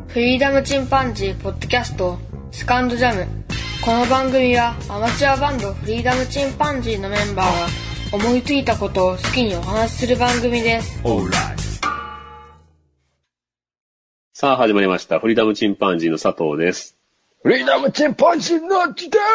フリーダムチンパンジーポッドキャストセカンドジャム。この番組はアマチュアバンドフリーダムチンパンジーのメンバーが思いついたことを好きにお話しする番組です。 さあ始まりました。フリーダムチンパンジーの佐藤です。 フリーダムチンパンジーのッチです。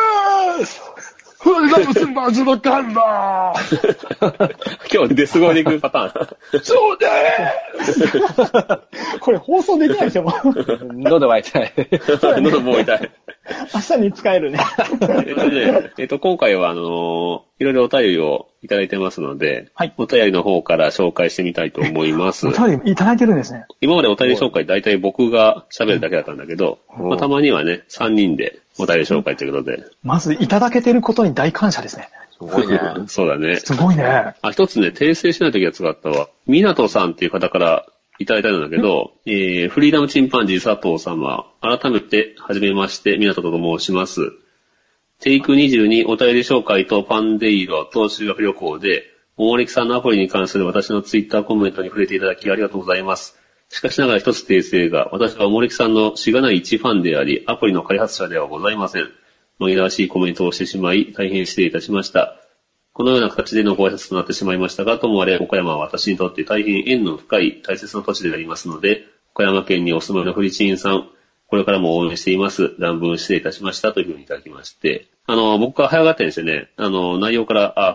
フリーダムチンパンジーのカンバー今日デスゴーで行くパターン。 そうでーす。これ放送できないでしょ、もう。 喉は痛い。 喉も痛い。 明日に使えるね。 今回はいろいろお便りをいただいてますので、 はい、 お便りの方から紹介してみたいと思います。 お便りいただいてるんですね。 今までお便り紹介大体僕が喋るだけだったんだけど、たまにはね、3人でお便り紹介ということで。 まずいただけてることに大感謝ですね。 すごいね。 そうだね。 すごいね。 一つね、訂正しないときやつがあったわ。みなとさんっていう方からいただいたんだけど、フリーダムチンパンジー佐藤様、改めて、はじめまして、みなとと申します。テイク22お便り紹介とパンデイロと修学旅行で、おもれきさんのアプリに関する私のツイッターコメントに触れていただきありがとうございます。しかしながら一つ訂正が、私はおもれきさんのしがない一ファンであり、アプリの開発者ではございません。紛らわしいコメントをしてしまい、大変失礼いたしました。このような形でのご挨拶となってしまいましたが、ともあれ、岡山は私にとって大変縁の深い大切な土地でありますので、岡山県にお住まいのフリチンさん、これからも応援しています。乱文失礼いたしましたというふうにいただきまして、僕が早がってですね、内容から、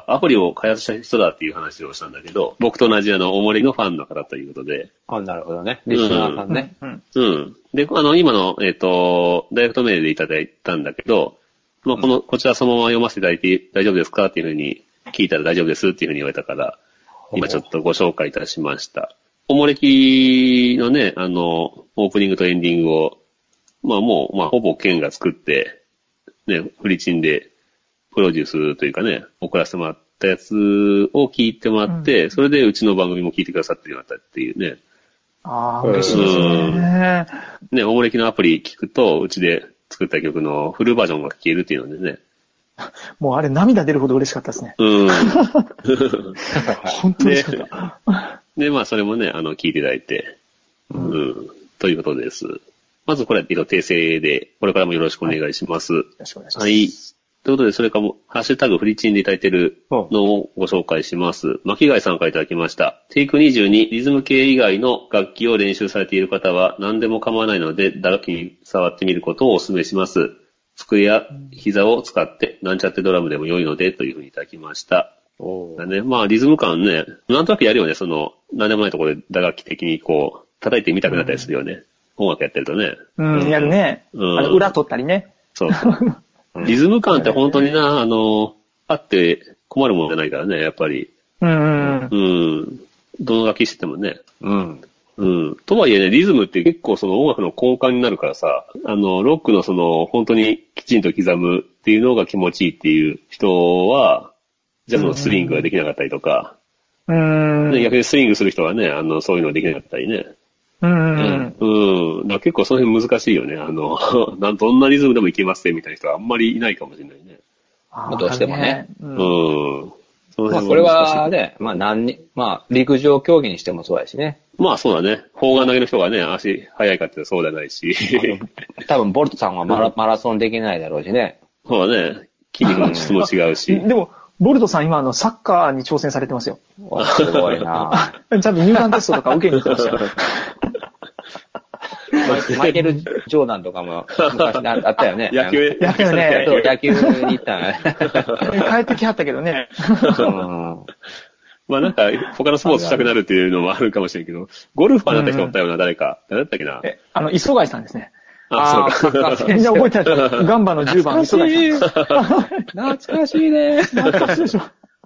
アプリを開発した人だっていう話をしたんだけど、僕と同じおもれきのファンの方ということで。 なるほどね。リスナーさんね。 で、今の、ダイレクトメールでいただいたんだけど、こちらそのまま読ませていただいて大丈夫ですかっていうふうに聞いたら大丈夫ですっていうふうに言われたから、今ちょっとご紹介いたしました。おもれきのね、オープニングとエンディングを、ほぼ県が作って、ね、フリチンでプロデュースというかね、送らせてもらったやつを聞いてもらって、それでうちの番組も聞いてくださってるようになったっていうね。 嬉しいですね。 ね、おもれきのアプリ聞くと、うちで作った曲のフルバージョンが聴けるっていうのでね。 もうあれ涙出るほど嬉しかったですね。本当に嬉しかった。 で、それもね、聞いていただいて、ということです。まずこれは訂正で、これからもよろしくお願いします。よろしくお願いします。 はい。ということで、それからも、ハッシュタグフリチンでいただいているのをご紹介します。巻貝さんからいただきました。テイク22、リズム系以外の楽器を練習されている方は何でも構わないので、打楽器に触ってみることをお勧めします。机や膝を使って、なんちゃってドラムでも良いので、というふうにいただきました。だね、リズム感ね、なんとなくやるよね、なんでもないところで打楽器的に叩いてみたくなったりするよね。音楽やってるとね。 やるね。裏取ったりね。 そう。リズム感って本当にな、あって困るものじゃないからね、やっぱり。どの楽器しててもね。とはいえね、リズムって結構音楽の根幹になるからさ、ロックの本当にきちんと刻むっていうのが気持ちいいっていう人は、ジャズのスイングができなかったりとか、逆にスイングする人はね、そういうのができなかったりね。だから結構その辺難しいよね。どんなリズムでもいけますねみたいな人はあんまりいないかもしれないね。 どうしてもね。 これはね、陸上競技にしてもそうやしね。 そうだね。砲丸投げの人がね、足速いかってそうじゃないし。 多分、ボルトさんはマラソンできないだろうしね。 そうだね。筋肉の質も違うし。 でも、ボルトさん今サッカーに挑戦されてますよ。 すごいなちゃんと入団テストとか受けに行ってましたよ。 マイケル・ジョーダンとかも昔あったよね。 野球ね。 野球に行ったね。 帰ってきはったけどね。 なんか、他のスポーツしたくなるっていうのもあるかもしれんけど、ゴルファーになった人おったような、誰か。誰だったっけな。 磯貝さんですね。 そうか。 みんな覚えてない。ガンバの10番、磯貝さん。 懐かしいね。 懐かしいでしょ。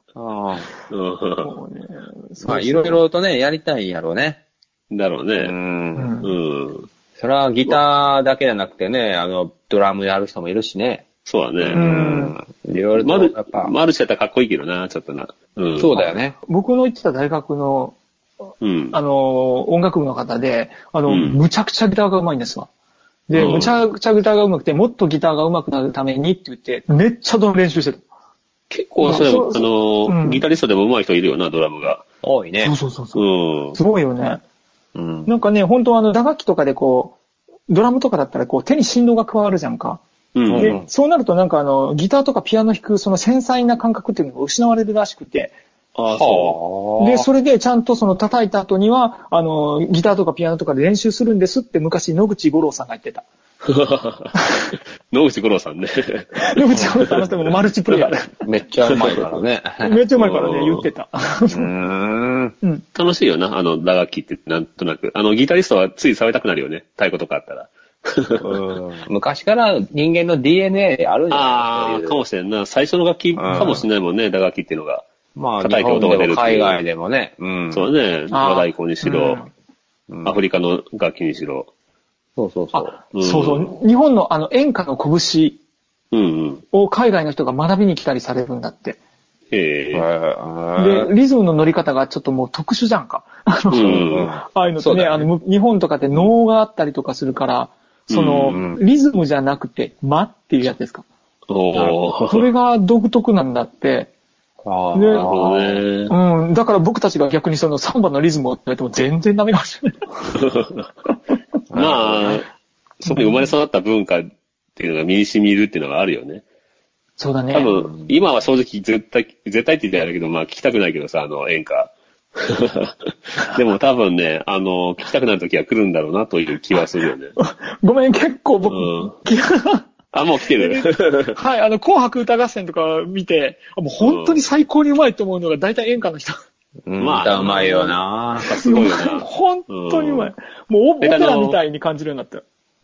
いろいろとね、やりたいやろうね。 だろうね。 それはギターだけじゃなくてね、ドラムやる人もいるしね。 そうだね。 いろいろとやっぱ。 マルチやったらかっこいいけどな、ちょっとな。 そうだよね。 僕の行ってた大学の、音楽部の方で、むちゃくちゃギターが上手いんですわ。で、むちゃくちゃギターが上手くて、もっとギターが上手くなるためにって言って、めっちゃドラム練習してる。 結構それ、ギタリストでも上手い人いるよな、ドラムが。 多いね。 そう。すごいよね。なんかね、本当打楽器とかでドラムとかだったらこう手に振動が加わるじゃんか。 うんで、そうなるとなんかギターとかピアノ弾くその繊細な感覚っていうのが失われるらしくて。 ああ、そで、それでちゃんとその叩いた後には、ギターとかピアノとかで練習するんですって昔野口五郎さんが言ってた。 野口五郎さんね。 野口五郎さんあの人もマルチプレイヤーで。 めっちゃうまいからね。 めっちゃうまいからね、言ってた。 楽しいよな、打楽器ってなんとなく。ギタリストはつい触りたくなるよね。太鼓とかあったら。 昔から人間の DNA あるんじゃないああ、かもしれんな。最初の楽器かもしれないもんね、打楽器っていうのが。 まあ、日本でも海外でもね。 そうね。和太鼓にしろ、アフリカの楽器にしろ。 そうそうそう。 そうそう。日本の演歌の拳を海外の人が学びに来たりされるんだって。 へで、リズムの乗り方がちょっともう特殊じゃんか。ああいうのってね、日本とかって能があったりとかするから、リズムじゃなくて、間っていうやつですか。それが独特なんだって。 なるほどね。 だから僕たちが逆にそのサンバのリズムを言われても全然ダメかもしれない。 まあ、そこに生まれ育った文化っていうのが身に染みるっていうのがあるよね。 そうだね。 多分、今は正直絶対って言ってあるけど、まあ聞きたくないけどさ、演歌。でも多分ね、聞きたくなる時は来るんだろうなという気はするよね。 ごめん、結構僕、 あ、もう来てるはい、紅白歌合戦とか見て、もう本当に最高にうまいと思うのが大体演歌の人。 まあ、うまいよな。 すごいよな。 本当にうまい。もうオペラみたいに感じるようになった。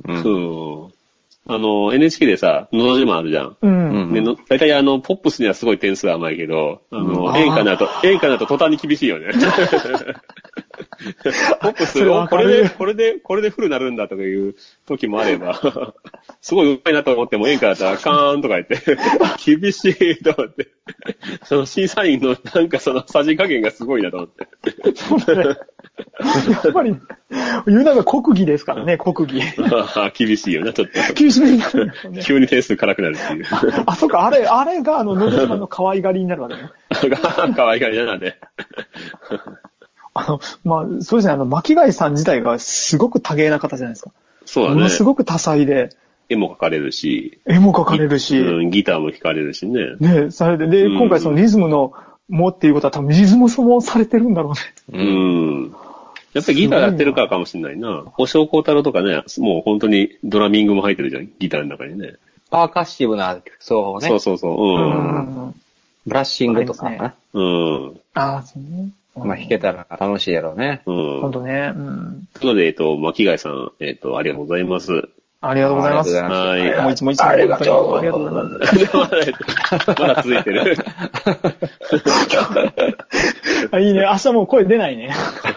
NHK でさ、のど自慢あるじゃん。大体ポップスにはすごい点数甘いけど、演歌になると途端に厳しいよね。ポップスをこれでフルなるんだとかいう時もあれば、すごい上手いなと思っても演歌だったらカーンとか言って、厳しいと思って、その審査員のなんかそのさじ加減がすごいなと思って。 そうだね。やっぱり、言うなら国技ですからね、国技。 厳しいよな、ちょっと。 厳しめになる、ね。 急に点数辛くなるっていう。 あ、そっか、あれがのど自慢の可愛がりになるわけね。 可愛がりなんで。 まあ、そうですね、巻貝さん自体がすごく多芸な方じゃないですか。 そうだね。 ものすごく多彩で。 絵も描かれるし。 ギターも弾かれるしね。 ね、それで、今回そのリズムのもっていうことは多分リズムそもされてるんだろうね。 やっぱりギターやってるからかもしれないな。星尾幸太郎とかね、もう本当にドラミングも入ってるじゃん、ギターの中にね。 パーカッシブな、そうね。 そう。 ブラッシングとかね。 ああ、そうね。 まあ弾けたら楽しいやろうね。 ほんとね。 というので、巻貝さん、ありがとうございます。 ありがとうございます。 はい。 もう一度ありがとう。 ありがとうございます。 まだ続いてる。 いいね。明日もう声出ないね。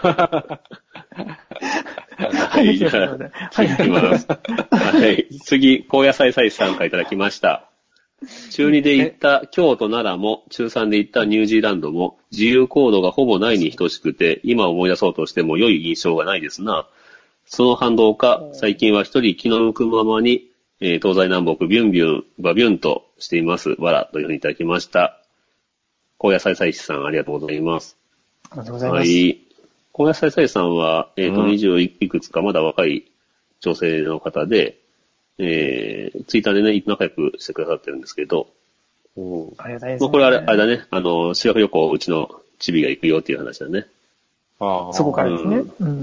はい。行きます。はい。次、高野菜菜さんからいただきました。中2で行った京都奈良も、中3で行ったニュージーランドも、自由行動がほぼないに等しくて、今思い出そうとしても良い印象がないですな。その反動か、最近は一人気の向くままに、東西南北ビュンビュン、バビュンとしています。わら、というふうにいただきました。高野菜菜師さん、ありがとうございます。 ありがとうございます。 はい。高野菜菜さんは、20いくつかまだ若い女性の方で、ツイッターでね、仲良くしてくださってるんですけど、 ありがたいですね。 これあれだね、修学旅行、うちのチビが行くよっていう話だね。 そこからですね。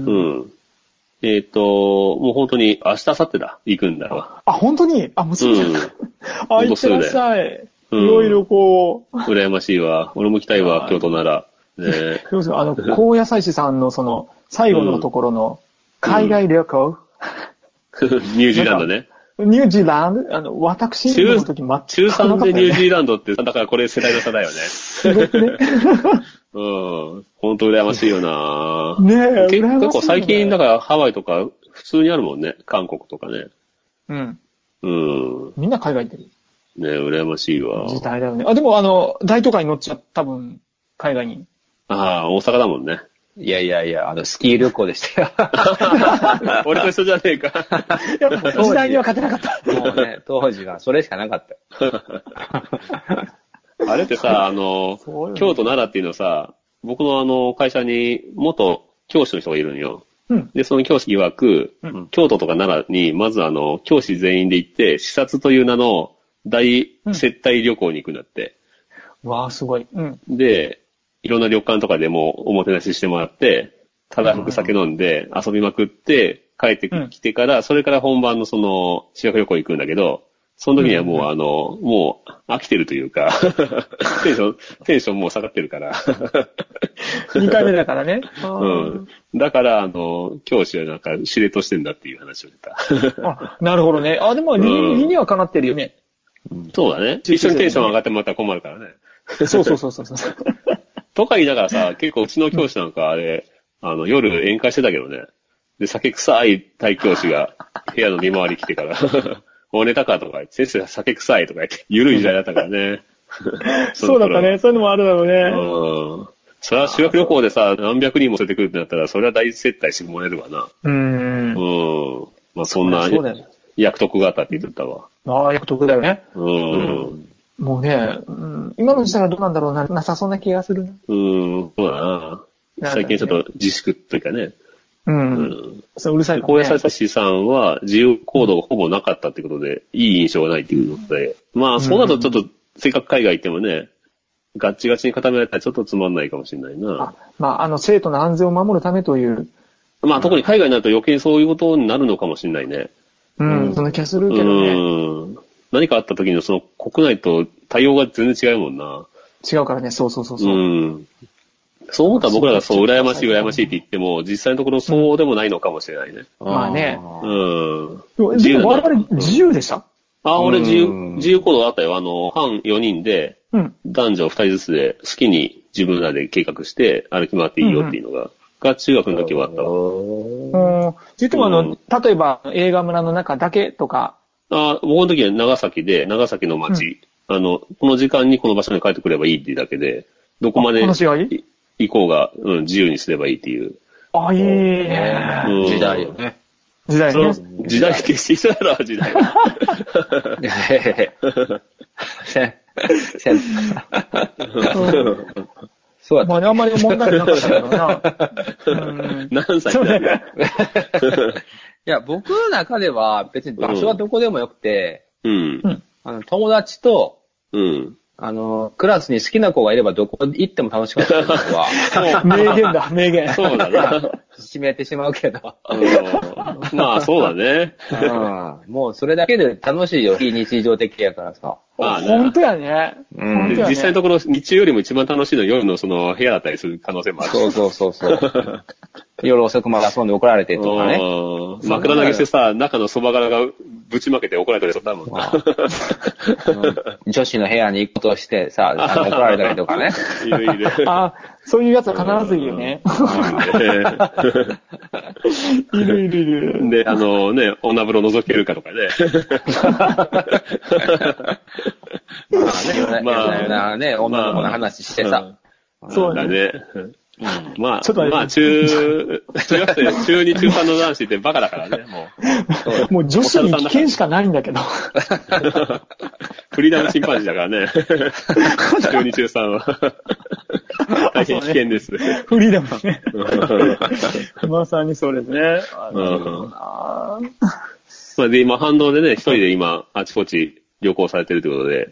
もう本当に明日、明後日だ、行くんだわ。 あ、本当に？あ、もちろん。あ、行ってらっしゃい。いろいろこう。 羨ましいわ。俺も行きたいわ、京都なら。ね、 そうですか。高野菜師さんのその、最後のところの、海外旅行、 ニュージーランドね。 ニュージーランド私の時中3でニュージーランドって、だからこれ世代の差だよね。 すごくね。 本当羨ましいよなねえ、 結構最近、だからハワイとか普通にあるもんね。韓国とかね。 みんな海外行ってる。 ねえ、羨ましいわ。 時代だよね。あ、でも大都会に乗っちゃ多分、海外に。 ああ、大阪だもんね。 いや、スキー旅行でしたよ。 俺と一緒じゃねえか。 やっぱ時代には勝てなかった。 もうね、当時はそれしかなかった。 あれってさ、京都奈良っていうのさ、僕の会社に元教師の人がいるんよ。 で、その教師曰く、京都とか奈良に、まず教師全員で行って、視察という名の大接待旅行に行くんだって。 わあ、すごい。 で、いろんな旅館とかでもおもてなししてもらって、ただふく酒飲んで遊びまくって、帰ってきてから、それから本番のその修学旅行行くんだけど、その時にはもうもう飽きてるというか、テンションもう下がってるから。 2回目だからね。 だから、教師はなんか、司令としてんだっていう話をしてた。 あ、なるほどね。あ、でも、理にはかなってるよね。 そうだね。一緒にテンション上がってもらったら困るからね。 そう。 とか言いながらさ、結構うちの教師なんかあれ、夜宴会してたけどね。で、酒臭い大教師が部屋の見回り来てから、おネタかとか言って、先生酒臭いとか言って、ゆるい時代だったからね。 そうだったね。そういうのもあるだろうね。 それは修学旅行でさ、何百人も連れてくるってなったら、それは大接待してもらえるわな。まあそんな、役得があったって言ってたわ。 ああ、役得だよね。もうね、今の時代はどうなんだろうなさそうな気がするな。 そうだな。最近ちょっと自粛というかね。そううるさいからね。高野菜師さんは自由行動がほぼなかったってことで、いい印象がないっていうので、まあそうだとちょっと、せっかく海外行ってもね、ガッチガチに固められたらちょっとつまんないかもしれないな。 まあ生徒の安全を守るためという。 まあ特に海外になると余計そういうことになるのかもしれないね。 そんな気がするけどね。 何かあった時のその国内と対応が全然違うもんな。 違うからね、そう。 そう思ったら僕らがそう、羨ましいって言っても、実際のところそうでもないのかもしれないね。 まあね。 でも我々自由でした？ 俺自由行動あったよ。班4人で、男女2人ずつで好きに自分らで計画して歩き回っていいよっていうのが中学の時はあったわ。 言っても例えば映画村の中だけとか。 僕の時は長崎の街、この時間にこの場所に帰ってくればいいっていうだけで、どこまで行こうが、自由にすればいいっていう。 あ、いいね。 時代よね。 時代決して一緒だろ、時代。 そうだ。まあ、あんまり問題なかったけどな。 何歳だよ。 いや、僕の中では別に場所はどこでもよくて、友達と、クラスに好きな子がいればどこ行っても楽しかったっていうのは。 名言。 そうだな。 締めてしまうけど。 まあ、そうだね。 もうそれだけで楽しいよ。非日常的やからさ。 本当やね。 実際のところ、日中よりも一番楽しいのは夜のその部屋だったりする可能性もある。 そう。夜遅くまで遊んで怒られてとかね。 枕投げしてさ、中のそば殻がぶちまけて怒られたりとかもんな。 女子の部屋に行くことしてさ、怒られたりとかね。 いる。 そういうやつは必ずいるよね。いる。 で、女風呂覗けるかとかね。 まあね、女の子の話してさ。 そうだね。まあ、中2、中3の男子ってバカだからね、 もう女子に危険しかないんだけど。 フリーダムチンパンジーだからね。中2、中3は。大変危険です。 フリーダムね。まさにそうですね。 で、今、反動でね、一人で今、あちこち旅行されてるということで。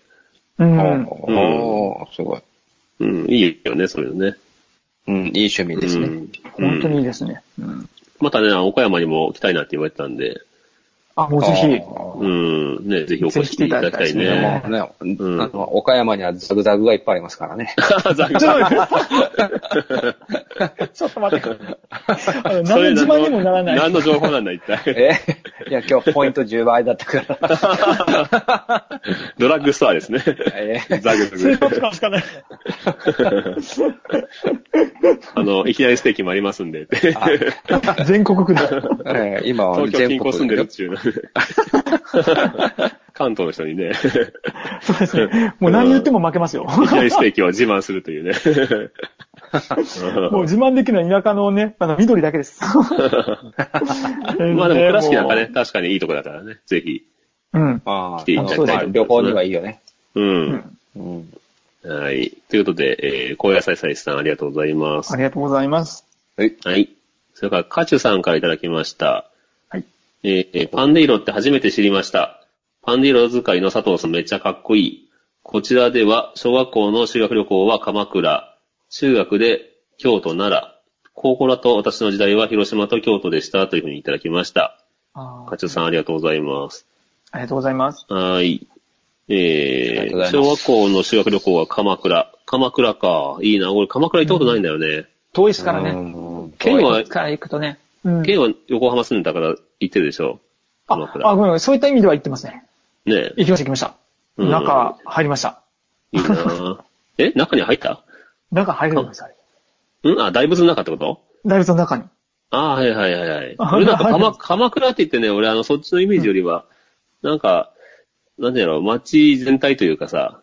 すごい。 いいよね、そういうのね。 いい趣味ですね。 本当にいいですね。 またね、岡山にも来たいなって言われてたんで。 もうぜひ。 ね、ぜひお越しいただきたいね。 岡山にはザグザグがいっぱいありますからね。 ザグちょっと待って。何の自慢にもならない。 何の情報なんだ、一体。 いや、今日ポイント10倍だったから。 ドラッグストアですね。ザグザグ。 そういうことしかない。 いきなりステーキもありますんで。 全国区で。 今は東京近郊住んでるっちゅう。関東の人にね。 そうですね。もう何言っても負けますよ。 いきなりステーキを自慢するというね。 もう自慢できるのは田舎のね、緑だけです。 まあでも倉敷なんかね、確かにいいとこだからね、ぜひ。来ていただきたい。 旅行にはいいよね。 はい。ということで、高野菜菜さんありがとうございます。 ありがとうございます。 はい。 それから、カチュさんからいただきました。 はい。 パンデイロって初めて知りました。パンデイロ使いの佐藤さんめっちゃかっこいい。こちらでは、小学校の修学旅行は鎌倉、中学で京都、奈良、高校だと私の時代は広島と京都でしたというふうにいただきました。カチュさんありがとうございます。 ありがとうございます。 はい。小学校の修学旅行は鎌倉。鎌倉か。いいな。俺鎌倉行ったことないんだよね。 遠いですからね。 県はから行くとね。 県は横浜住んだから行ってるでしょ。鎌倉。 ごめん、そういった意味では行ってますね。 ね行きました。中入りました。 いいな中に入った？ 中入れるんです、あれ。 大仏の中ってこと？ 大仏の中に。 はいはいはいはい。俺なんか鎌倉って言ってね、俺そっちのイメージよりは、なんか、なんだろう、街全体というかさ、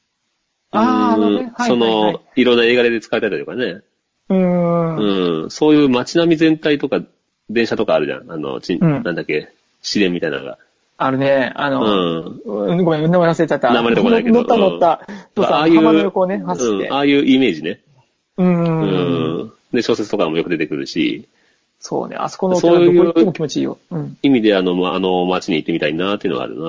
その、いろんな映画で使えたりとかね。そういう街並み全体とか、電車とかあるじゃん。なんだっけ、市電みたいなのが。 あるね。ごめん、名前忘れちゃった。 名前のとこだけど。 乗った。ああいう、浜の横をね、走って。 ああいうイメージね。で、小説とかもよく出てくるし。 そうね、あそこのお寺どこ行っても気持ちいいよ。 意味で街に行ってみたいなっていうのがある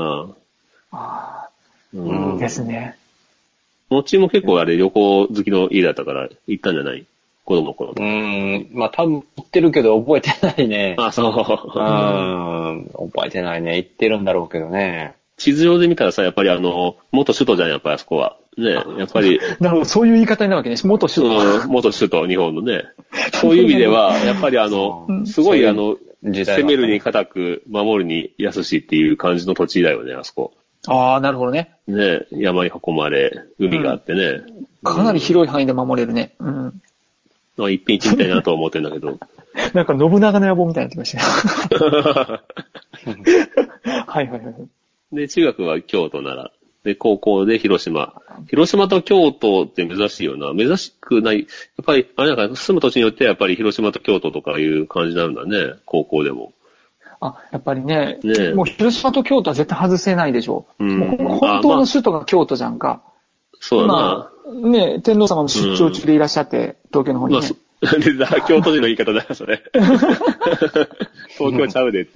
な。 ですね。 もっちも結構旅行好きの家だったから行ったんじゃない？子供の頃。 まあ多分行ってるけど覚えてないね。 そう。 覚えてないね。行ってるんだろうけどね。 地図上で見たらさ、やっぱり元首都じゃん、やっぱりあそこは。ね、やっぱり。 なるほど、そういう言い方になるわけね。元首都。 元首都、日本のね。そういう意味では、やっぱりすごい攻めるに固く、守るに優しいっていう感じの土地だよね、あそこ。 なるほどね。 ね、山に囲まれ、海があってね。 かなり広い範囲で守れるね。 一品一みたいなとは思ってるんだけど。 なんか信長の野望みたいになってましたね。はい。 で、中学は京都なら。で、高校で広島。広島と京都って珍しいよな。珍しくない。やっぱり、なんか住む土地によってはやっぱり広島と京都とかいう感じになるんだね。高校でも。 やっぱりね。もう広島と京都は絶対外せないでしょ。本当の首都が京都じゃんか。 そうだな。 天皇様も出張中でいらっしゃって、東京の方にね。 京都人の言い方だよ、それ。東京ちゃうでって。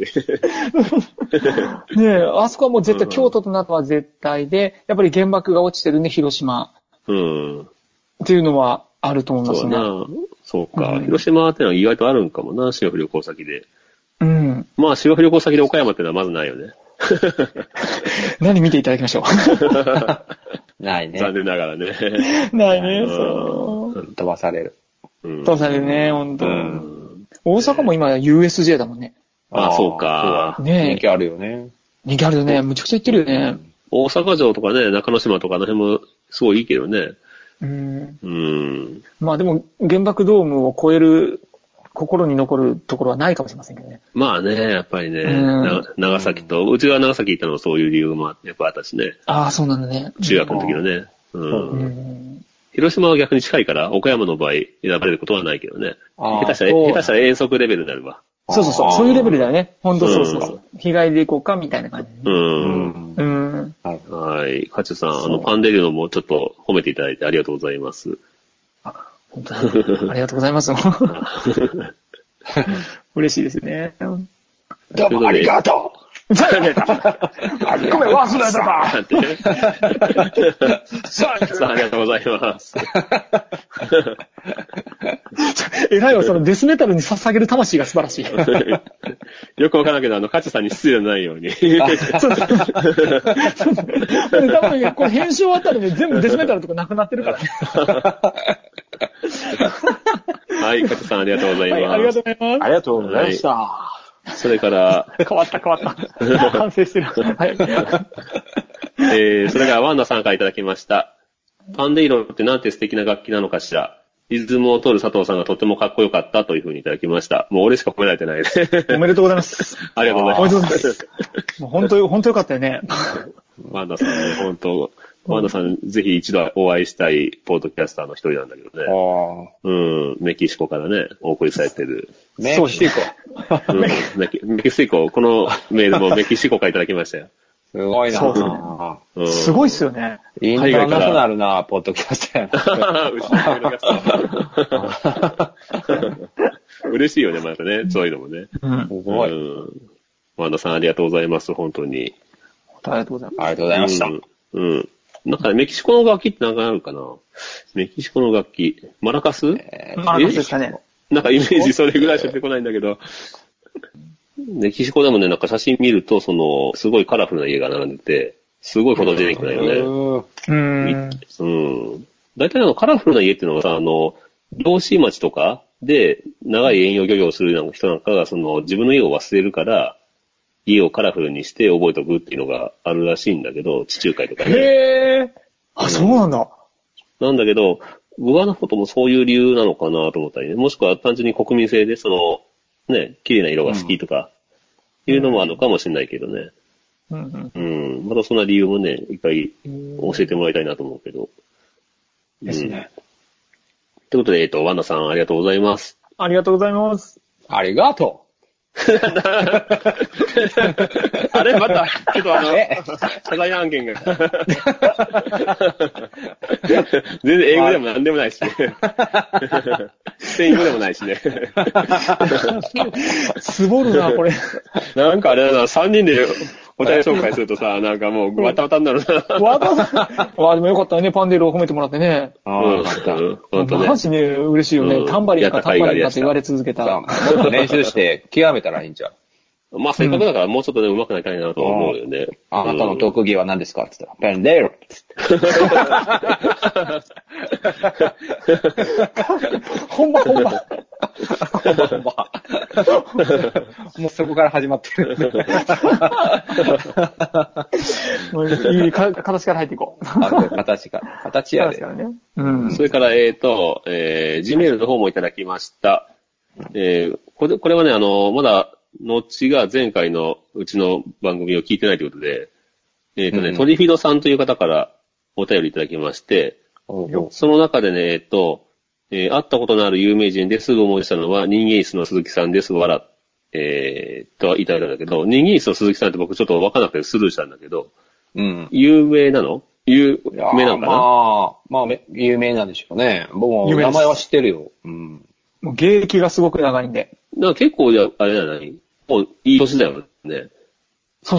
あそこはもう絶対、京都となるのは絶対で、やっぱり原爆が落ちてるね、広島。っていうのはあると思いますね。 そうか。広島ってのは意外とあるんかもな、修学旅行先で。 まあ、修学旅行先で岡山ってのはまずないよね。 何見ていただきましょう。ないね。 残念ながらね。 ないね、そう。 飛ばされる。 飛ばされるね、ほんと。大阪も今 USJ だもんね。 そうか。 人気あるよね。 人気あるよね。むちゃくちゃ行ってるよね。 大阪城とかね、中之島とかあの辺もすごいいいけどね。 まあでも原爆ドームを超える心に残るところはないかもしれませんけどね。 まあね、やっぱりね、長崎と、うちが長崎行ったのはそういう理由もやっぱあったしね。 そうなんだね。 中学の時のね。広島は逆に近いから、岡山の場合選ばれることはないけどね。下手したら遠足レベルになるわ。 そういうレベルだよね。ほんとそう。日帰りで行こうかみたいな感じ。 はい。カチュさん、パンデリオもちょっと褒めていただいてありがとうございます。 本当にありがとうございます。嬉しいですね。 どうもありがとう。 ごめん、忘れてた。 さあ、ありがとうございます。 偉いわ、そのデスメタルに捧げる魂が素晴らしい。 よくわからんけど、カチュさんに失礼のないように。 多分、これ編集終わったらね、全部デスメタルとかなくなってるからね。 はい、カチュさんありがとうございます。 ありがとうございます。 ありがとうございました。 それから、 変わった。反省してる。はい。 それからワンダさんからいただきました。パンデイロってなんて素敵な楽器なのかしら。リズムを取る佐藤さんがとてもかっこよかったというふうにいただきました。もう俺しか褒められてないね。 おめでとうございます。 ありがとうございます。 おめでとうございます。もう本当よかったよね。 ワンダさんね、本当。ワンダさん、ぜひ一度お会いしたいポッドキャスターの一人なんだけどね。メキシコからね、お送りされてる。 メキシコ。 メキシコ、このメールもメキシコからいただきましたよ。 すごいなすごいっすよね。 インターナショナルなポッドキャスターやな。 嬉しいよね、またね。そういうのもね。 すごい。 ワンダさんありがとうございます、本当に。 ありがとうございます。 ありがとうございました。 なんかメキシコの楽器って何かあるかな？メキシコの楽器。マラカス？ マラカスですかね。 なんかイメージそれぐらいしか出てこないんだけど。メキシコでもね、なんか写真見ると、すごいカラフルな家が並んでて、すごいフォトジェニックだよね。大体カラフルな家っていうのはさ、漁師町とかで長い遠洋漁業をする人なんかが、自分の家を忘れるから、家をカラフルにして覚えておくっていうのがあるらしいんだけど、地中海とかね。 へー。あ、そうなんだ。 なんだけど、グアナフォトもそういう理由なのかなと思ったりね。もしくは単純に国民性で、ね、綺麗な色が好きとか、いうのもあるのかもしれないけどね。またそんな理由もね、一回教えてもらいたいなと思うけど。 ですね。 ということで、ワンダさんありがとうございます。 ありがとうございます。 ありがとう。 あれまた、ちょっと謝罪案件が。全然英語でも何でもないしね。スペイン語でもないしね。 つぼるな、これ。 なんかあれだな、3人でお便り紹介するとさ、なんかもうわたわたになるな。 でもよかったね、パンデルを褒めてもらってね。 よかった。 本当ね。マジね、嬉しいよね。タンバリンかタンバリンかって言われ続けた。 もっと練習して極めたらいいんちゃう。 まあ、せっかくだからもうちょっとね、上手くなりたいなと思うよね。 あなたの特技は何ですかって言ったら、ペンデール本場。 もうそこから始まってる。 いい形から入っていこう。 形やで。 それから、Gmail の方もいただきました。これはね、まだ、のっちが前回のうちの番組を聞いてないということで、トリフィドさんという方からお便りいただきまして、その中でね、会ったことのある有名人ですぐ思い出したのは、人間椅子の鈴木さんです、といただいたんだけど、人間椅子の鈴木さんって僕ちょっと分からなくてスルーしたんだけど、有名なの？有名なのかな？ まあ、有名なんでしょうね。僕も名前は知ってるよ。 もう芸歴がすごく長いんで。 だから結構、あれじゃない？もういい年だよね。 そう。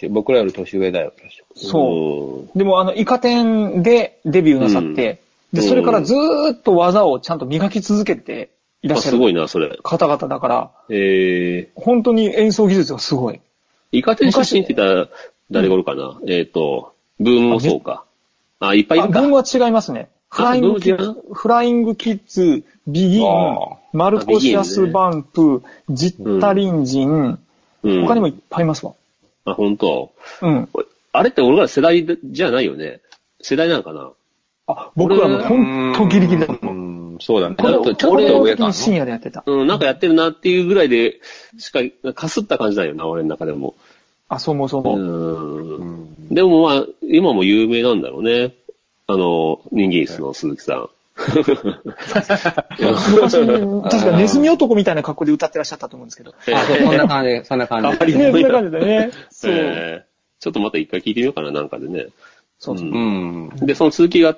僕らより年上だよ。 そう。でもイカ天でデビューなさって、で、それからずーっと技をちゃんと磨き続けていらっしゃる。 すごいな、それ。 方々だから、本当に演奏技術がすごい。 イカ天出身って言ったら誰がおるかな？ブームもそうか。いっぱいいるか。 ブームは違いますね。フライングキッズ、ビギン、マルコシアスバンプ、ジッタリンジン、他にもいっぱいいますわ。 あ、本当。あれって俺ら世代じゃないよね。世代なのかな？ 僕らもほんとギリギリだもん。 そうだね。 ちょっと上かな。深夜でやってた。 なんかやってるなっていうぐらいでしか、かすった感じだよな、俺の中でも。 そうも。 でもまあ、今も有名なんだろうね。人間椅子の鈴木さん。 昔、確かネズミ男みたいな格好で歌ってらっしゃったと思うんですけど。 そんな感じ。 そんな感じだね。 そう。ちょっとまた一回聞いてみようかな、なんかでね。 そう。 で、その続きがあって、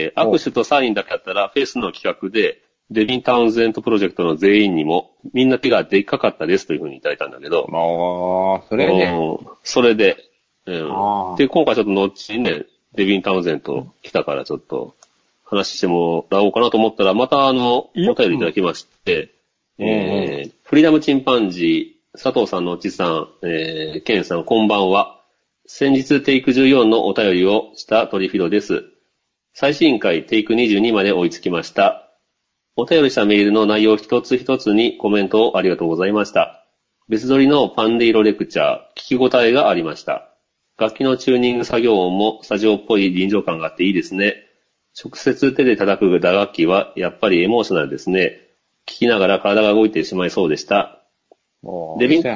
握手とサインだけあったら、フェスの企画で、デビン・タウンゼントプロジェクトの全員にも、みんな手がでっかかったですというふうにいただいたんだけど。 それね。 それで、で、今回ちょっと後にね、デビン・タウンゼント来たからちょっと話してもらおうかなと思ったら、またお便りいただきまして、フリーダムチンパンジー、佐藤さんのおちさん、ケンさんこんばんは。先日テイク14のお便りをしたトリフィドです。最新回テイク22まで追いつきました。お便りしたメールの内容一つ一つにコメントをありがとうございました。別撮りのパンデイロレクチャー、聞き応えがありました。楽器のチューニング作業音もスタジオっぽい臨場感があっていいですね。直接手で叩く打楽器はやっぱりエモーショナルですね。聞きながら体が動いてしまいそうでした。デビン、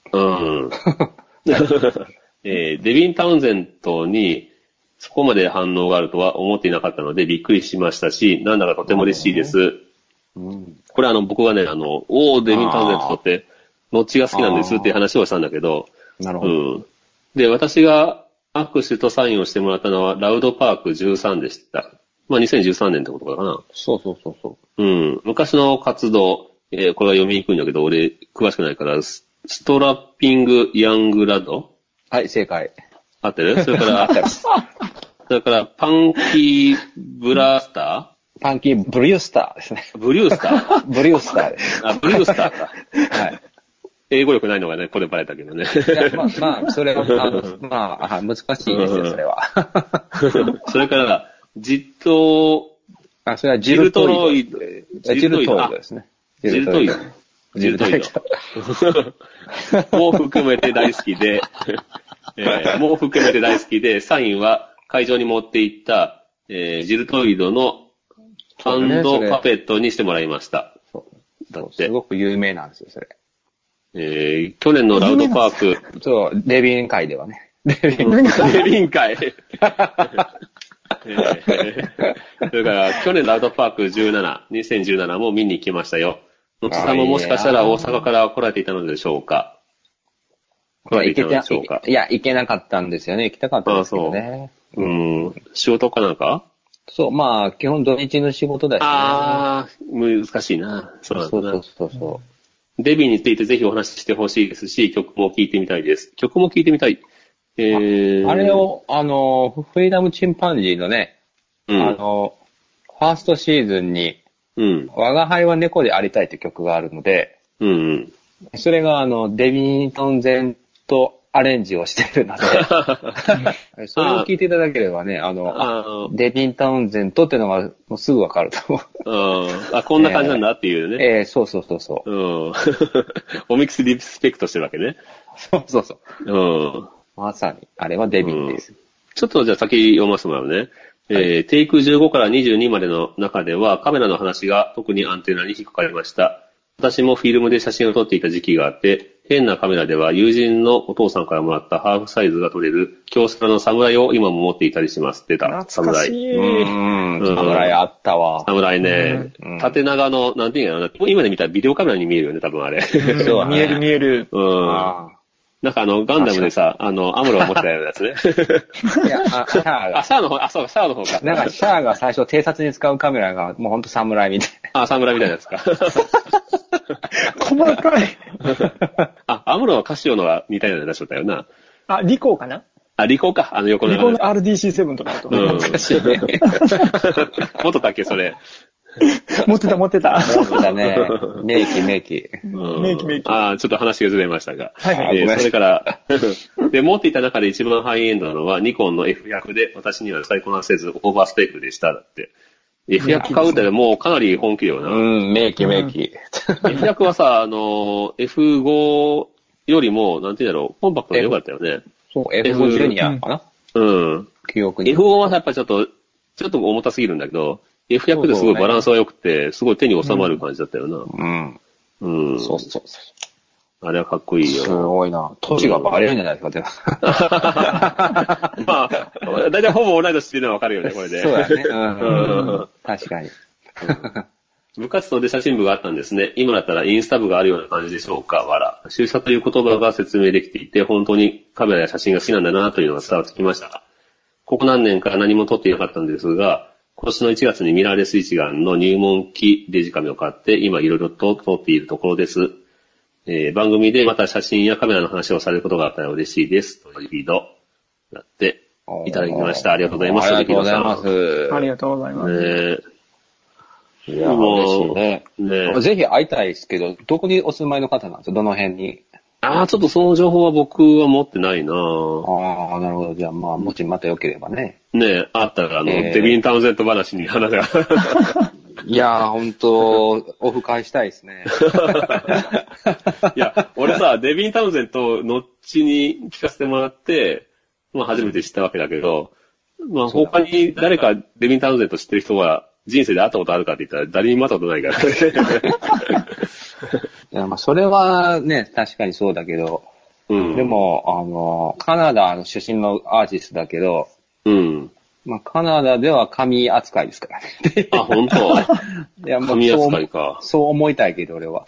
デビン・タウンゼントにそこまで反応があるとは思っていなかったのでびっくりしましたし、なんだかとても嬉しいです。これ僕がね、デビン・タウンゼントってノッチが好きなんですっていう話をしたんだけど、 なるほど。 で、私が握手とサインをしてもらったのはラウドパーク13でした。まあ、2013年ってことかな。 そう。 昔の活動、 これは読みにくいんだけど、俺、詳しくないから、ストラッピング・ヤング・ラド？ はい、正解。 合ってる？それから、パンキー・ブラスター？パンキー・ブリュースターですね。 ブリュースター？ ブリュースターです。 あ、ブリュースターか。 はい。 英語力ないのがね、これバレたけどね。 いや、まあ、それは、難しいですよ、それは。 それから、 それはジルトロイド。 ジルトイドですね。 ジルトイド。も含めて大好きで、サインは会場に持って行った、ジルトイドのハンドパペットにしてもらいました。 だって。すごく有名なんですよ、それ。 去年のラウドパーク。 そう、レビン会ではね。 レビン会。それから、去年ラウドパーク2017も見に行きましたよ。のつさんももしかしたら大阪から来られていたのでしょうか？ いや、行けなかったんですよね。行きたかったんですけどね。 仕事かなんか？ そう、まあ、基本土日の仕事だしね。難しいな。 そう。 デビーについてぜひお話ししてほしいですし、曲も聴いてみたいです。曲も聴いてみたい。 あれを、フリーダムチンパンジーのね、ファーストシーズンに、我が輩は猫でありたいという曲があるので、それがデビン・トンゼントアレンジをしているので、それを聞いていただければね、デビン・トンゼントっていうのがもうすぐわかると思う。こんな感じなんだっていうね。 そう。 オミックスリスペクトしてるわけね。 そう。まさに、あれはデビンです。 ちょっとじゃあ先読ませてもらうね。テイク15から22までの中ではカメラの話が特にアンテナに引っかかりました。私もフィルムで写真を撮っていた時期があって、変なカメラでは友人のお父さんからもらったハーフサイズが撮れる京セラのサムライを今も持っていたりします。出た。サムライ。 サムライあったわ。 サムライね。縦長の、なんていうのかな。今で見たらビデオカメラに見えるよね、多分あれ。 そう、見える。 なんかガンダムでさ、アムロが持ってたようなやつね。 いや、シャアの方。 シャアの方か。 なんかシャアが最初偵察に使うカメラがもうほんと侍みたいな。 侍みたいなやつか。 細かい。 アムロはカシオのが似たようなやつだったよな。 リコーかな？ リコーか。横の。 リコーの RDC7 とかだと。 懐かしいね。 持っとったっけ、それ。 持ってた。 持ってたね。名機。 ちょっと話がずれましたが。 はい。 それから、で、持っていた中で一番ハイエンドなのはニコンの F100 で、私には使いこなせず、オーバースペックでした。だって。F100 買うってもうかなり本気よな。 名機。 F100 はさ、F5 よりも、なんて言うんだろう、コンパクトで良かったよね。 そう、F5 ジュニアかな？記憶に。 F5 はやっぱりちょっと重たすぎるんだけど、F100 ですごいバランスが良くて、すごい手に収まる感じだったよな。 そう。 あれはかっこいいよ。 すごいな。年がバレるんじゃないですか、 まあ、だいたいほぼ同い年っていうのはわかるよね、これで。 そうだね。確かに。 部活動で写真部があったんですね。今だったらインスタ部があるような感じでしょうか、笑。出社という言葉が説明できていて、本当にカメラや写真が好きなんだなというのが伝わってきました。ここ何年か何も撮っていなかったんですが、今年の1月にミラーレス一眼の入門機デジカメを買って、今いろいろと撮っているところです。番組でまた写真やカメラの話をされることがあったら嬉しいです。というリードやっていただきました。ありがとうございます。 ありがとうございます。 ありがとうございます。 いや、嬉しいね。ぜひ会いたいですけど、どこにお住まいの方なんですか？どの辺に？ ちょっとその情報は僕は持ってないな。 なるほど。じゃあもしまた良ければね。 あったらデビン・タウンゼント話に話が。 いやー、ほんと、オフ会したいですね。 いや、俺さ、デビン・タウンゼント、後に聞かせてもらって、初めて知ったわけだけど、他に誰かデビン・タウンゼント知ってる人は、人生で会ったことあるかって言ったら、誰にも会ったことないから。 いや、それはね、確かにそうだけど、でも、カナダ出身のアーティストだけど、カナダでは神扱いですからね。 本当？いや、神扱いか。 そう思いたいけど、俺は。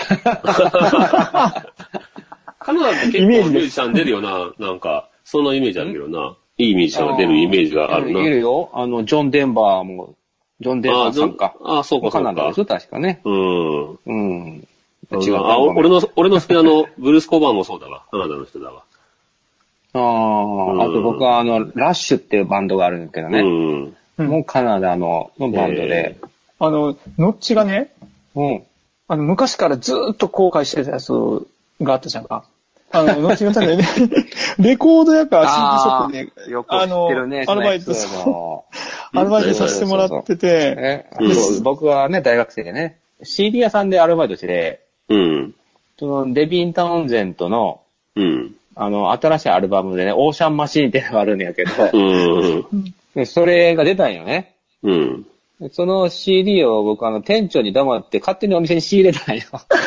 カナダって結構ミュージシャン出るよな、なんか、そんなイメージあるけどな。いいミュージシャンが出るイメージがあるな。 いるよ。ジョン・デンバーさんか。 そうか。 カナダですよ、確かね。 違う。 俺の好きなブルース・コバーンもそうだわ。カナダの人だわ。 あと僕はラッシュっていうバンドがあるんですけどね。もうカナダのバンドで。 ノッチがね、昔からずーっと後悔してたやつがあったじゃんか。ノッチがね、レコードやから CD ショップで、 よく知ってるね、 アルバイトさせてもらってて、 僕はね、大学生でね、CD 屋さんでアルバイトして、そのデビン・タウンゼントの、新しいアルバムでね、オーシャンマシーンっていうのがあるんやけど、それが出たんよね。その CD を僕店長に黙って勝手にお店に仕入れたんよ。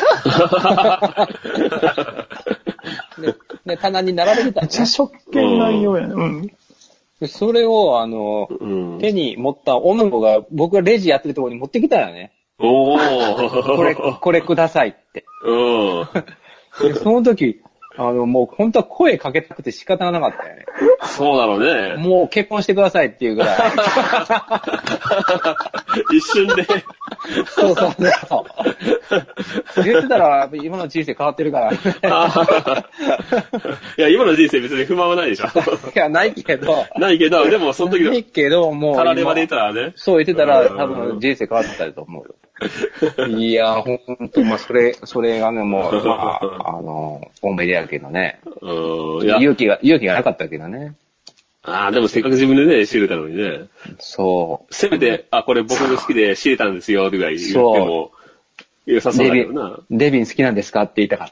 で、棚に並べてたんよ。 めっちゃ食券内容やね。 でそれを手に持った女の子が僕がレジやってるところに持ってきたよね。これくださいって。でその時、もう本当は声かけたくて仕方がなかったよね。 そうだろうね。 もう結婚してくださいっていうぐらい。 一瞬で。 そう。言ってたら今の人生変わってるから。 いや、今の人生別に不満はないでしょ。 いや、ないけど、 でもその時の。 ないけど、もう。 たらればで言ったらね。 そう言ってたら多分人生変わってたと思うよ。いや、ほんと、それがね、もう、思い出やけどね。勇気がなかったけどね。 でもせっかく自分でね、仕入れたのにね。 そう。 せめて、これ僕が好きで仕入れたんですよ、ぐらい言っても、良さそうだけどな。 デビン好きなんですかって言いたかった。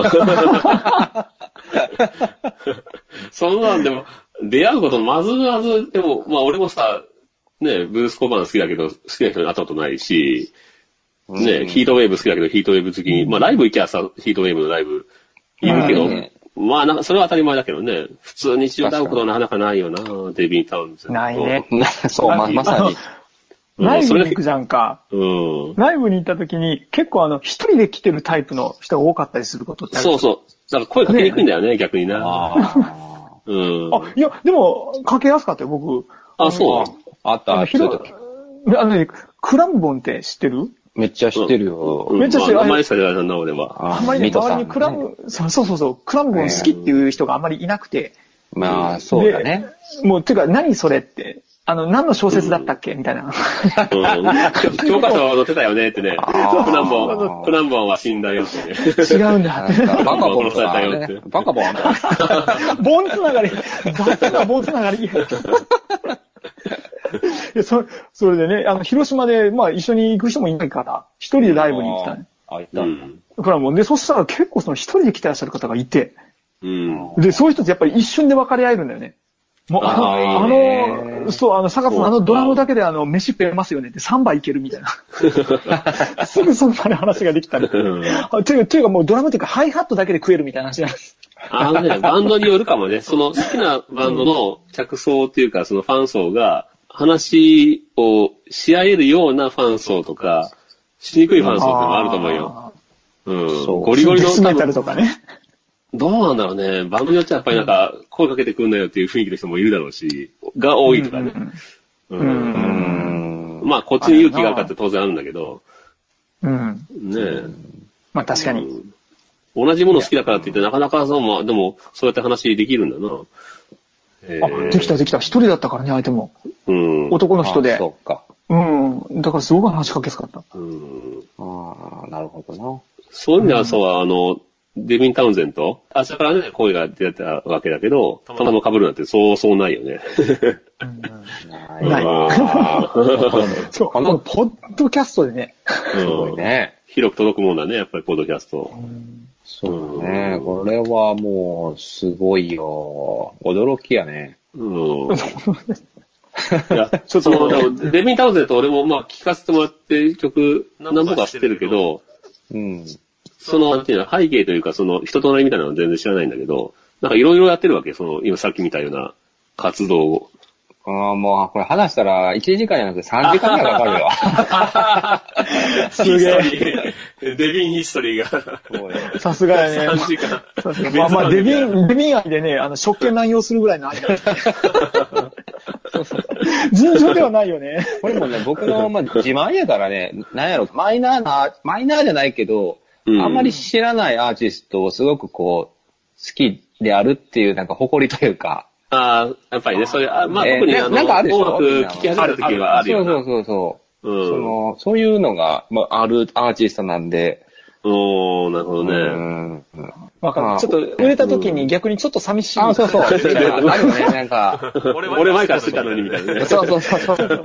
そんなんでも、出会うことまず、でも、俺もさ、ね、ブルース・コバーン好きだけど、好きな人に会ったことないし、ね、ヒートウェーブ好きだけど、ヒートウェーブ好きに、ライブ行きゃさ、ヒートウェーブのライブいるけど、なんかそれは当たり前だけどね、普通日常で会うことはなかなかないよな、デビン・タウンズ。 ないね。 そう、まさに。 ライブに行くじゃんか。ライブに行った時に、結構一人で来てるタイプの人が多かったりすることってある。 そう。だから声かけにくいんだよね、逆にな。 いや、でも、かけやすかったよ、僕。 そう。 あった。 クラムボンって知ってる？ めっちゃ知ってるよ。 めっちゃ知ってる。 あんまりしか知らないな、俺は。 あんまりね、周りにクラムボン好きっていう人があんまりいなくて。 そうだね。 もう、てか、何それって、何の小説だったっけみたいな。 教科書載ってたよねってね。クランボンは死んだよってね。 違うんだ。 バカボンされたよって。バカボンボンつながり。バカなボンつながり。それでね、広島で、一緒に行く人もいないから、一人でライブに行ったね。だからもう、で、そしたら結構一人で来てらっしゃる方がいて、で、そういう人ってやっぱり一瞬で分かり合えるんだよね。もう、サカスのドラムだけで飯食えますよねって3杯いけるみたいな。すぐその場で話ができたり。というかもうドラムっていうかハイハットだけで食えるみたいな話なんです。 バンドによるかもね。その好きなバンドの客層っていうか、そのファン層が、話をし合えるようなファン層とか、しにくいファン層ってのもあると思うよ。ゴリゴリの。 メタルとかね。 どうなんだろうね。バンドによってはやっぱりなんか、声かけてくんなよっていう雰囲気の人もいるだろうし、が多いとかね。こっちに勇気があるかって当然あるんだけど。ねえ。 確かに。 同じもの好きだからって言ってなかなかでもそうやって話できるんだな。 できた。一人だったからね、相手も。男の人で。 そうか。 だからすごく話しかけやすかった。 なるほどな。 そういう意味ではデビン・タウンゼント、あちらからね、声が出たわけだけど、たまたま被るなんてそうないよね。 ない。そう、このポッドキャストでね。 すごいね。 広く届くもんだね、やっぱりポッドキャスト。 そうね。これはもう、すごいよ。驚きやね。 いや、ちょっと、デビン・タウンゼント俺も聴かせてもらって曲何本か知ってるけど、なんていうの、背景というか、人となりみたいなのは全然知らないんだけど、なんかいろいろやってるわけ、今さっき見たような活動を。 もう、これ話したら1時間じゃなくて3時間ぐらいかかるよ。 すげえ。デビンヒストリーが。 さすがやね。 3時間。 デビン愛でね、職権乱用するぐらいの愛。尋常ではないよね。 これもね、僕の自慢やからね、なんやろ、マイナーじゃないけど、 あんまり知らないアーティストをすごくこう、好きであるっていうなんか誇りというか。 ああ、やっぱりね、それ、まあ、特になんかあるでしょ、 音楽聴き始めた時はあるよな。 そう。そういうのが、まあ、あるアーティストなんで。 なるほどね。 わかる。ちょっと売れた時に逆にちょっと寂しい。 そう。あるよね、なんか。 俺前から知ったのにみたいなね。 そう。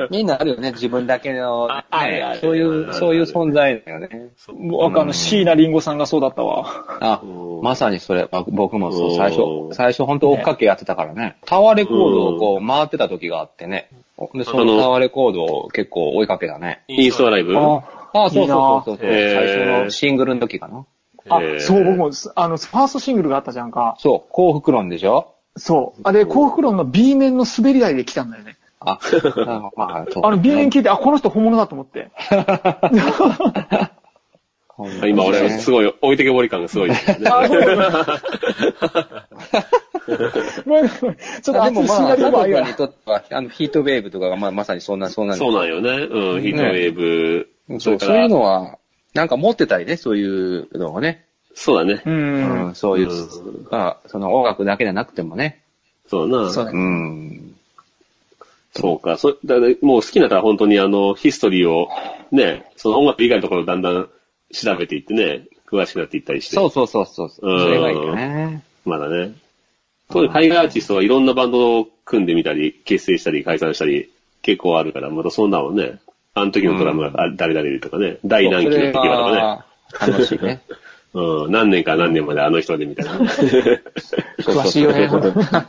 みんなあるよね、自分だけの。そういう存在だよね。 椎名林檎さんがそうだったわ。 まさにそれ、僕もそう、最初本当追っかけやってたからね。タワーレコードをこう回ってた時があってね。で、そのタワーレコードを結構追いかけたね。 インストライブ？ そう。最初のシングルの時かな。 そう、僕も、ファーストシングルがあったじゃんか。 そう、幸福論でしょ？ そう。あれ、幸福論の B 面の滑り台で来たんだよね。B 面聞いて、この人本物だと思って。 今俺、すごい、置いてけぼり感がすごいですね。ちょっとでもまあ、佐藤君にとっては、ヒートウェーブとかがまさにそうなんそうなんよね。ヒートウェーブ。 そういうのは、なんか持ってたりね、そういうのをね。 そうだね。 そういう、その音楽だけじゃなくてもね。 そうだな。そうか。もう好きになったら本当にヒストリーを、ね、その音楽以外のところをだんだん調べていってね、詳しくなっていったりして。 そう。それがいいよね。 まだね。当時海外アーティストはいろんなバンドを組んでみたり、結成したり、解散したり、結構あるから、またそんなのね、あの時のドラムが誰々いるとかね、第何期の時はとかね。楽しいね。 何年か何年まであの人でみたいな。 詳しいよね。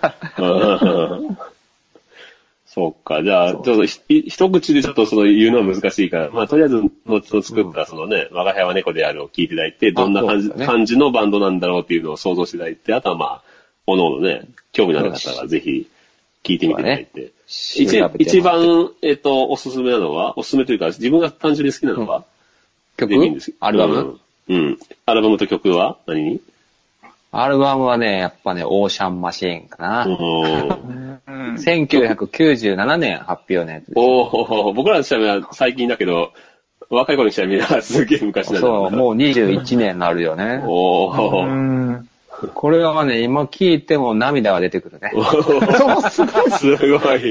そうか。じゃあ、ちょっと一口でちょっと言うのは難しいから、まあ、とりあえず、後作ったそのね、我が輩は猫であるを聞いていただいて、どんな感じのバンドなんだろうっていうのを想像していただいて、あとはまあ、おのおのね、興味のある方はぜひ聞いてみていただいて。一番、おすすめなのは、おすすめというか、自分が単純に好きなのは、 曲？アルバム？ アルバムと曲は何に？ アルバムはね、やっぱね、オーシャンマシーンかな。1997年発表のやつです。 僕らのしたら最近だけど、若い頃にしたらみんなすげえ昔なんだ。 そう、もう21年になるよね。これはね、今聴いても涙が出てくるね。 すごい。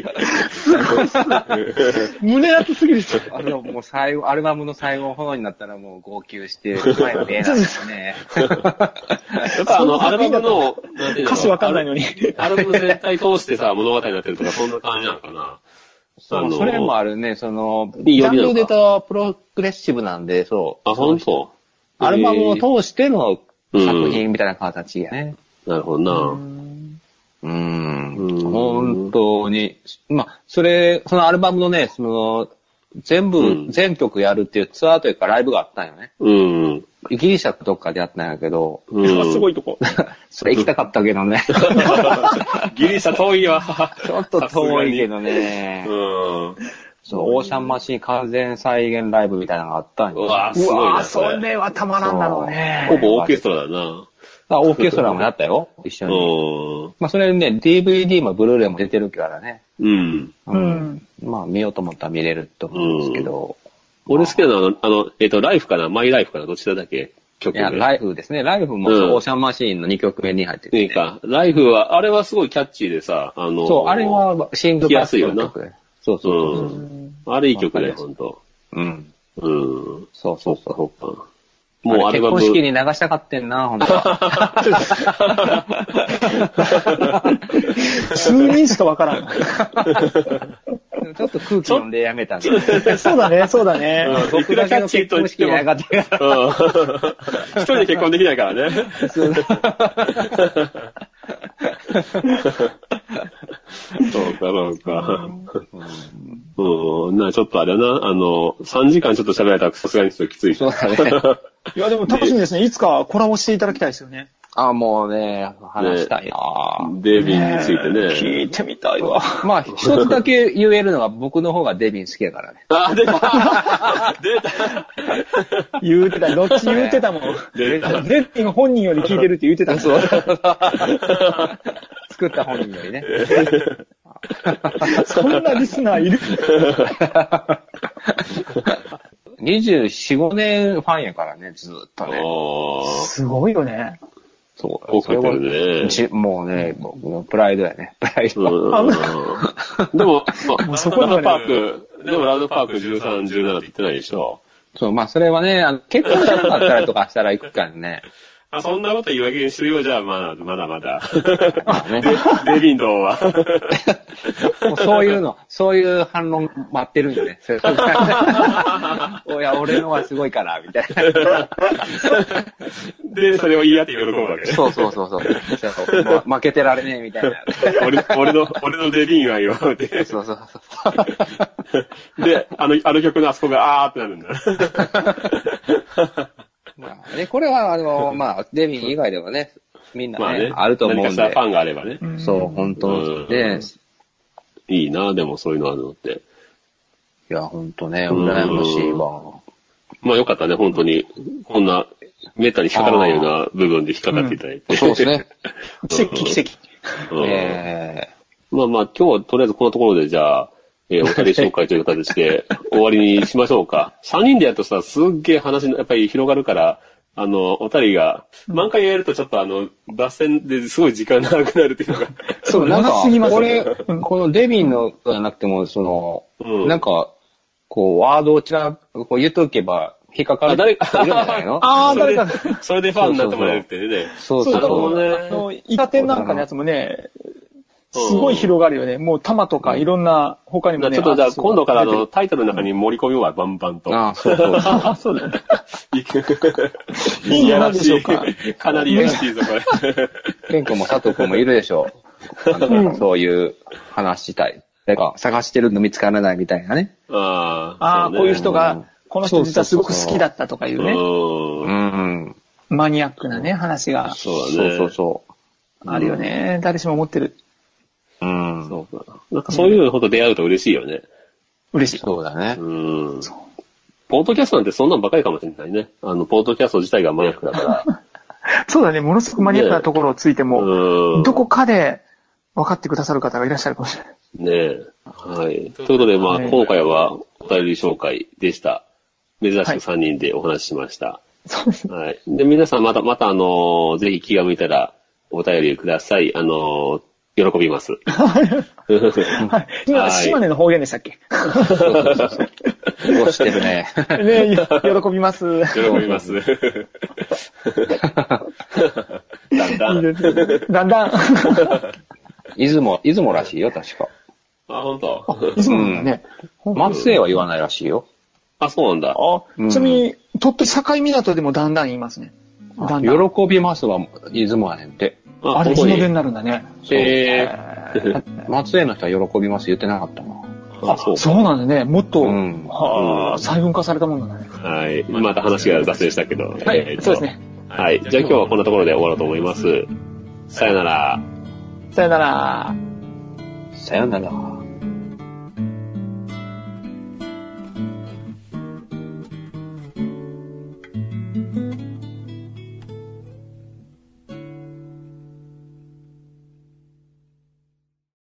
胸熱すぎるし。 もうアルバムの最後の方になったらもう号泣して、前が見えないですね。 やっぱアルバムの、 歌詞わかんないのに。 アルバム全体通してさ、物語になってるとか、そんな感じなのかな。 それもあるね、ジャンルで言うとプログレッシブなんで、そう。 本当？ アルバムを通しての作品みたいな形やね。 なるほどな。 本当に。まあ、そのアルバムのね、全曲やるっていうツアーというかライブがあったんよね。ギリシャかどっかでやったんやけど。 すごいとこ。 それ行きたかったけどね。 ギリシャ遠いわ。 ちょっと遠いけどね。そう、オーシャンマシン完全再現ライブみたいなのがあったんよ。 うわすごいな。 それはたまらんだろうね。 ほぼオーケストラだな。 オーケストラもやったよ、一緒に。まあ、それね、DVD もブルーレイも出てるからね。まあ、見ようと思ったら見れると思うんですけど。 俺好きなのは、ライフかなマイライフかなどちらだけ曲名。 いや、ライフですね。ライフもオーシャンマシンの2曲目に入ってる。 いいか。ライフは、あれはすごいキャッチーでさ、 そう、あれはシングルバスの曲で。そう。 あれいい曲だよ、ほんと。 そう。 もうアルバム。 結婚式に流したかってんな、ほんとは。 数人しかわからん。 ちょっと空気読んでやめたんだ。 そうだね。 僕だけの結婚式に上がってる。 一人で結婚できないからね。そうか。ちょっとあれだな、3時間ちょっと喋られたらさすがにちょっときつい。 そうだね。 いや、でも楽しみですね。いつかコラボしていただきたいですよね。 もうね、話したいなデビンについてね。 聞いてみたいわ。 まあ、一つだけ言えるのは僕の方がデビン好きやからね。 出た言うてた。どっち言うてたもん。デビン本人より聞いてるって言うてたもん。 そう。作った本人よりね。 そんなリスナーいる 24、5年ファンやからね、ずっとね。 すごいよね。 そう。送ってるね。 もうね、僕のプライドやね。プライド。 でも、そこラウドパーク、ラウドパーク13、17って言ってないでしょ。 そう、まあそれはね、結婚しなかったりとかしたら行くからね。 そんなこと言い訳にするようじゃ、まだ。デビンドは。 もうそういう反論待ってるんよね。いや、俺のはすごいから、みたいな。 で、それを言い合って喜ぶわけね。 そう。負けてられねえ、みたいな。 俺のデビンはよ、って。 そう。 で、あの曲のあそこがあーってなるんだ。 これはデビン以外でもね、みんなね、あると思うんで。 何かしたファンがあればね。 そう、本当で。 いいな、でもそういうのあるのって。 いや、本当ね、羨ましいわ。 まあよかったね、本当に。こんな、めったに引っかからないような部分で引っかかっていただいて。 そうですね。 奇跡。 まあ今日はとりあえずこのところでじゃあ、お二人紹介という形で終わりにしましょうか。3人でやるとさ、すっげえ話やっぱり広がるから、お二人が、満開やるとちょっと脱線ですごい時間長くなるっていうのが。 そう、なんか、このデビンのじゃなくても、なんか、ワードを言っとけば、引っかかる。誰かいるんじゃないの？ 誰か。 それでファンになってもらえるってね。 そうね。イカ天なんかのやつもね、すごい広がるよね。もう玉とかいろんな他にもね。 ちょっとじゃあ今度からタイトルの中に盛り込みはバンバンと。 そうだね。 いいやらしい。かなりいやらしいぞ、これ。 ケン君も佐藤君もいるでしょう。そういう話したい。なんか探してるの見つからないみたいなね。 こういう人が、この人実はすごく好きだったとかいうね。マニアックなね、話が。 そう。 あるよね。誰しも思ってる。 そうか。なんかそういうのほど出会うと嬉しいよね。 嬉しい。 そうだね。 ポッドキャストなんてそんなんばかりかもしれないね。ポッドキャスト自体がマニアックだから。 そうだね。ものすごくマニアックなところをついても、どこかで分かってくださる方がいらっしゃるかもしれない。 ねえ。はい。ということで、今回はお便り紹介でした。珍しく3人でお話ししました。 そうですね。 はい。で、皆さんまたぜひ気が向いたらお便りください。喜びます。 今、島根の方言でしたっけ？ そうしてるね。 喜びます。 喜びます。 だんだん。 出雲らしいよ、確か。 本当。 出雲なんだね。 松江は言わないらしいよ。 そうなんだ。 ちなみに、鳥取境港でもだんだん言いますね。 喜びますは出雲やねんって。 あれ、日の出になるんだね。 松江の人は喜びます言ってなかったな。 そうなんだね。もっと、細分化されたもんだね。 はい。また話が脱線したけど。 はい、そうですね。 はい。じゃあ今日はこんなところで終わろうと思います。さよなら。 さよなら。 さよなら。